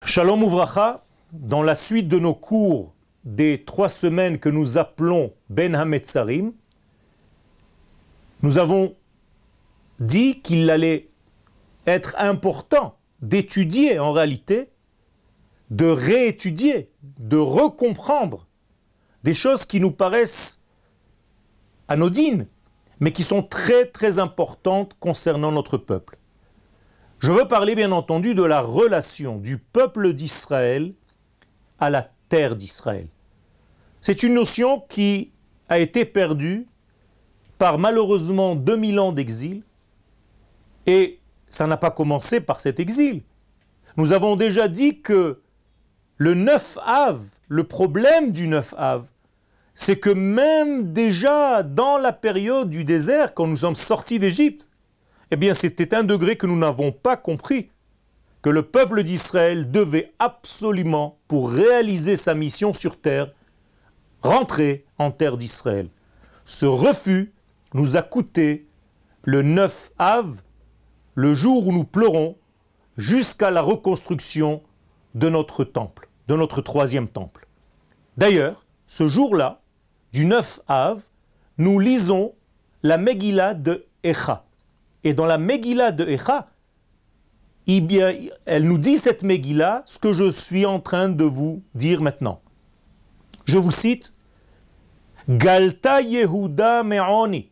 Shalom Uvracha, dans la suite de nos cours des 3 semaines que nous appelons Ben HaMetzarim, nous avons dit qu'il allait être important d'étudier en réalité, de réétudier, de recomprendre des choses qui nous paraissent anodines, mais qui sont très très importantes concernant notre peuple. Je veux parler bien entendu de la relation du peuple d'Israël à la terre d'Israël. C'est une notion qui a été perdue par malheureusement 2000 ans d'exil, et ça n'a pas commencé par cet exil. Nous avons déjà dit que le 9 Av, le problème du 9 Av, c'est que même déjà dans la période du désert, quand nous sommes sortis d'Égypte, eh bien c'était un degré que nous n'avons pas compris, que le peuple d'Israël devait absolument, pour réaliser sa mission sur terre, rentrer en terre d'Israël. Ce refus nous a coûté le 9 Av, le jour où nous pleurons, jusqu'à la reconstruction de notre temple, de notre 3e temple. D'ailleurs, ce jour-là, du 9 Av, nous lisons la Megillah de Echa. Et dans la Megillah de Echa, eh bien, elle nous dit cette Megillah, ce que je suis en train de vous dire maintenant. Je vous cite, Galta Yehuda Me'oni.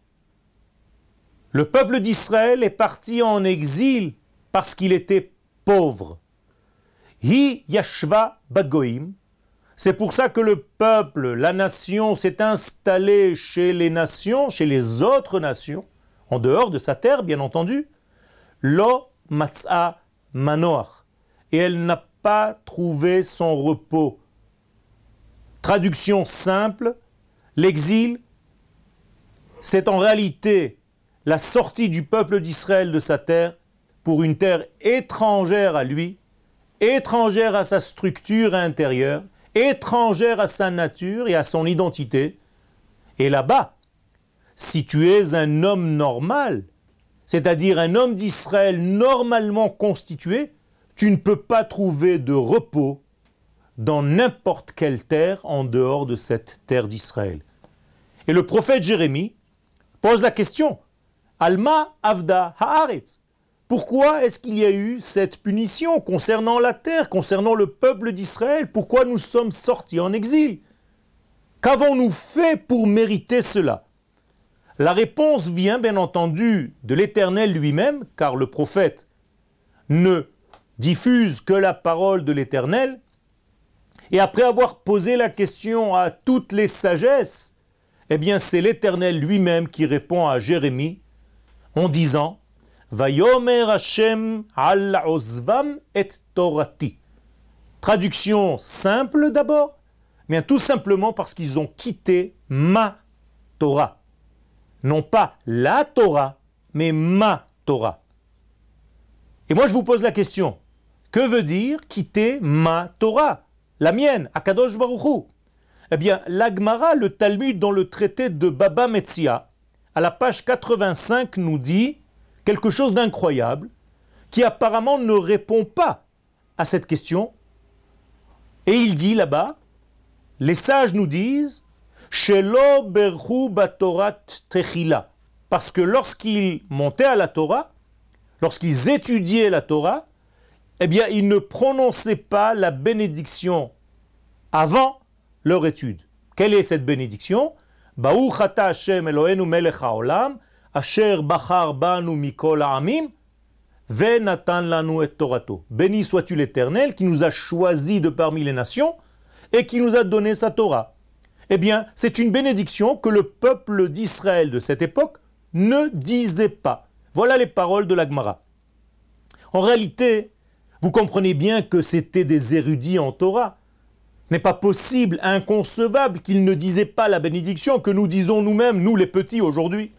Le peuple d'Israël est parti en exil parce qu'il était pauvre. Hi Yashva Bagoim. C'est pour ça que le peuple, la nation, s'est installé chez les nations, chez les autres nations, en dehors de sa terre, bien entendu. Lo Matzah Manoach. Et elle n'a pas trouvé son repos. Traduction simple, l'exil, c'est en réalité la sortie du peuple d'Israël de sa terre pour une terre étrangère à lui, étrangère à sa structure intérieure, étrangère à sa nature et à son identité. Et là-bas, si tu es un homme normal, c'est-à-dire un homme d'Israël normalement constitué, tu ne peux pas trouver de repos dans n'importe quelle terre en dehors de cette terre d'Israël. Et le prophète Jérémie pose la question, Alma Avda Haaretz. Pourquoi est-ce qu'il y a eu cette punition concernant la terre, concernant le peuple d'Israël? Pourquoi nous sommes sortis en exil? Qu'avons-nous fait pour mériter cela? La réponse vient bien entendu de l'Éternel lui-même, car le prophète ne diffuse que la parole de l'Éternel. Et après avoir posé la question à toutes les sagesses, eh bien c'est l'Éternel lui-même qui répond à Jérémie en disant Vayomer Hashem al ozvam et torati. Traduction simple d'abord, bien tout simplement parce qu'ils ont quitté ma Torah. Non pas la Torah, mais ma Torah. Et moi je vous pose la question, que veut dire quitter ma Torah, la mienne, Akadosh Baruch Hu? Eh bien, l'Agmara, le Talmud dans le traité de Baba Metzia, à la page 85 nous dit quelque chose d'incroyable qui apparemment ne répond pas à cette question. Et il dit là-bas, les sages nous disent Shelo berhu batorat techila, parce que lorsqu'ils montaient à la Torah, lorsqu'ils étudiaient la Torah, eh bien ils ne prononçaient pas la bénédiction avant leur étude. Quelle est cette bénédiction? Baruch ata Hashem Eloheinu melech haolam, asher bachar banu mikol ha'amim, ve'natan lanu et torato. Béni sois-tu l'Éternel qui nous a choisis de parmi les nations et qui nous a donné sa Torah. Eh bien, c'est une bénédiction que le peuple d'Israël de cette époque ne disait pas. Voilà les paroles de l'Agmara. En réalité, vous comprenez bien que c'était des érudits en Torah. Ce n'est pas possible, inconcevable qu'ils ne disaient pas la bénédiction que nous disons nous-mêmes, nous les petits aujourd'hui.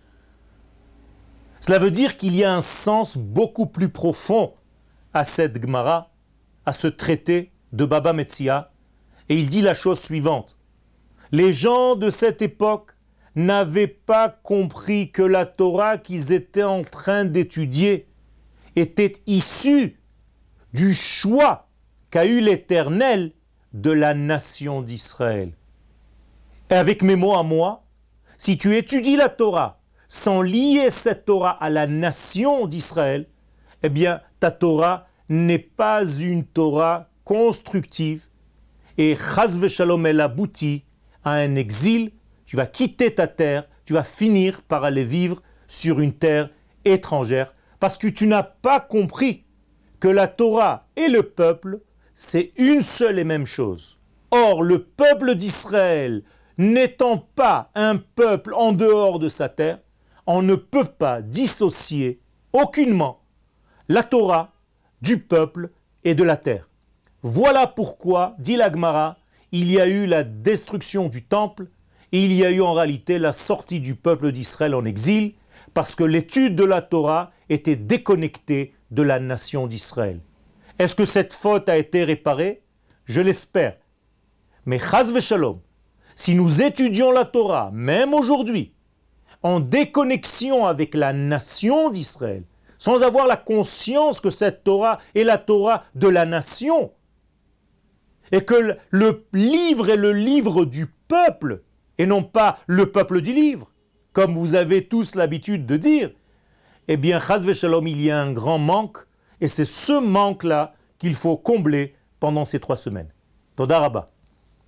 Cela veut dire qu'il y a un sens beaucoup plus profond à cette Gemara, à ce traité de Baba Metzia, et il dit la chose suivante. Les gens de cette époque n'avaient pas compris que la Torah qu'ils étaient en train d'étudier était issue du choix qu'a eu l'Éternel de la nation d'Israël. Et avec mes mots à moi, si tu étudies la Torah sans lier cette Torah à la nation d'Israël, eh bien ta Torah n'est pas une Torah constructive et chas v'shalom elle aboutit à un exil. Tu vas quitter ta terre, tu vas finir par aller vivre sur une terre étrangère parce que tu n'as pas compris que la Torah et le peuple, c'est une seule et même chose. Or, le peuple d'Israël, n'étant pas un peuple en dehors de sa terre, on ne peut pas dissocier aucunement la Torah du peuple et de la terre. Voilà pourquoi, dit la Gemara, il y a eu la destruction du temple et il y a eu en réalité la sortie du peuple d'Israël en exil parce que l'étude de la Torah était déconnectée de la nation d'Israël. Est-ce que cette faute a été réparée? Je l'espère. Mais chas v'shalom, si nous étudions la Torah, même aujourd'hui, en déconnexion avec la nation d'Israël, sans avoir la conscience que cette Torah est la Torah de la nation, et que le livre est le livre du peuple, et non pas le peuple du livre, comme vous avez tous l'habitude de dire, eh bien, chas v'shalom, il y a un grand manque, et c'est ce manque-là qu'il faut combler pendant ces 3 semaines. Toda Rabba.